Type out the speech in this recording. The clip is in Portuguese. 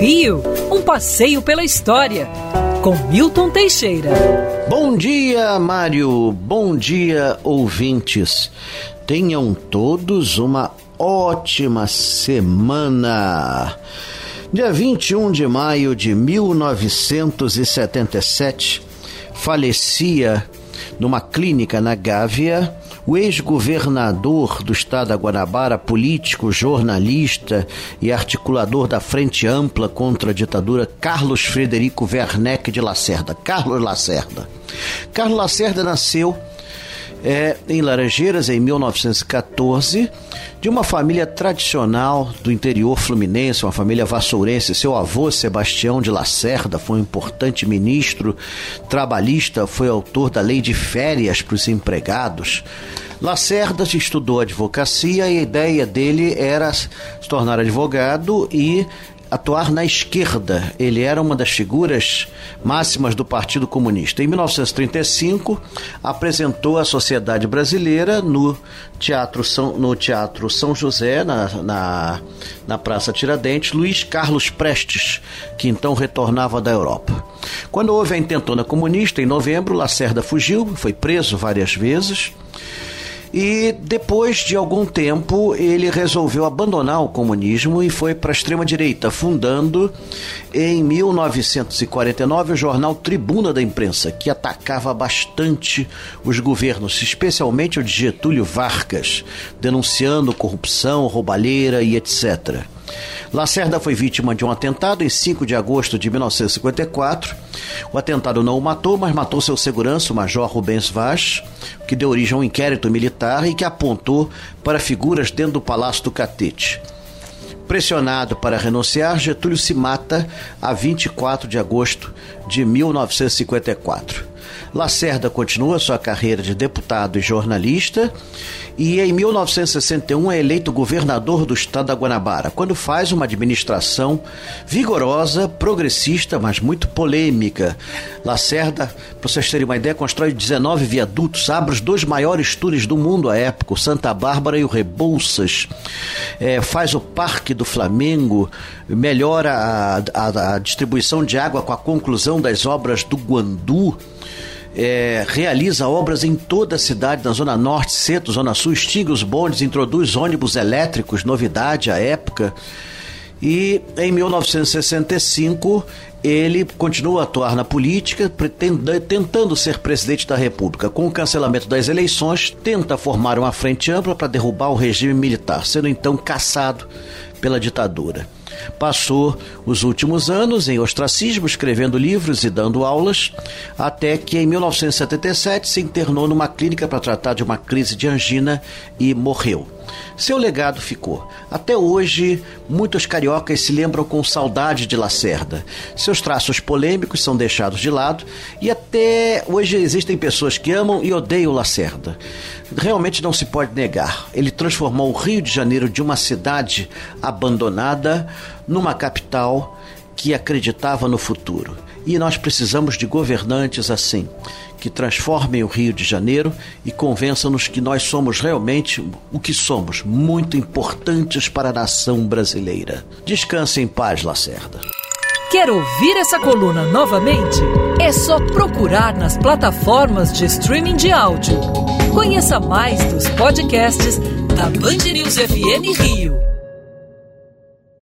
Rio, um passeio pela história, com Milton Teixeira. Bom dia, Mário. Bom dia, ouvintes. Tenham todos uma ótima semana. Dia 21 de maio de 1977, falecia numa clínica na Gávea o ex-governador do estado da Guanabara, político, jornalista e articulador da Frente Ampla contra a ditadura, Carlos Frederico Werneck de Lacerda. Carlos Lacerda nasceu em Laranjeiras em 1914, de uma família tradicional do interior fluminense, uma família vassourense. Seu avô, Sebastião de Lacerda, foi um importante ministro trabalhista, foi autor da lei de férias para os empregados. Lacerda estudou advocacia e a ideia dele era se tornar advogado e atuar na esquerda. Ele era uma das figuras máximas do Partido Comunista. Em 1935, apresentou a Sociedade Brasileira no Teatro São José, na Praça Tiradentes, Luiz Carlos Prestes, que então retornava da Europa. Quando houve a intentona comunista, em novembro, Lacerda fugiu, foi preso várias vezes. E depois de algum tempo ele resolveu abandonar o comunismo e foi para a extrema-direita, fundando em 1949 o jornal Tribuna da Imprensa, que atacava bastante os governos, especialmente o de Getúlio Vargas, denunciando corrupção, roubalheira e etc. Lacerda foi vítima de um atentado em 5 de agosto de 1954. O atentado não o matou, mas matou seu segurança, o Major Rubens Vaz, que deu origem a um inquérito militar e que apontou para figuras dentro do Palácio do Catete. Pressionado para renunciar, Getúlio se mata a 24 de agosto de 1954. Lacerda continua sua carreira de deputado e jornalista e em 1961 é eleito governador do estado da Guanabara, quando faz uma administração vigorosa, progressista, mas muito polêmica. Lacerda, para vocês terem uma ideia, constrói 19 viadutos, abre os 2 maiores túneis do mundo à época, o Santa Bárbara e o Rebouças, faz o Parque do Flamengo, melhora a distribuição de água com a conclusão das obras do Guandu, realiza obras em toda a cidade, na Zona Norte, Centro, Zona Sul, extingue os bondes, introduz ônibus elétricos, novidade à época. E em 1965 ele continua a atuar na política, tentando ser presidente da República. Com o cancelamento das eleições, tenta formar uma frente ampla para derrubar o regime militar, sendo então caçado pela ditadura. Passou os últimos anos em ostracismo, escrevendo livros e dando aulas, até que em 1977 se internou numa clínica para tratar de uma crise de angina e morreu. Seu legado ficou. Até hoje, muitos cariocas se lembram com saudade de Lacerda. Seus traços polêmicos são deixados de lado e até hoje existem pessoas que amam e odeiam Lacerda. Realmente não se pode negar. Ele transformou o Rio de Janeiro de uma cidade abandonada numa capital que acreditava no futuro. E nós precisamos de governantes assim, que transformem o Rio de Janeiro e convençam-nos que nós somos realmente o que somos, muito importantes para a nação brasileira. Descanse em paz, Lacerda. Quer ouvir essa coluna novamente? É só procurar nas plataformas de streaming de áudio. Conheça mais dos podcasts da Band News FM Rio.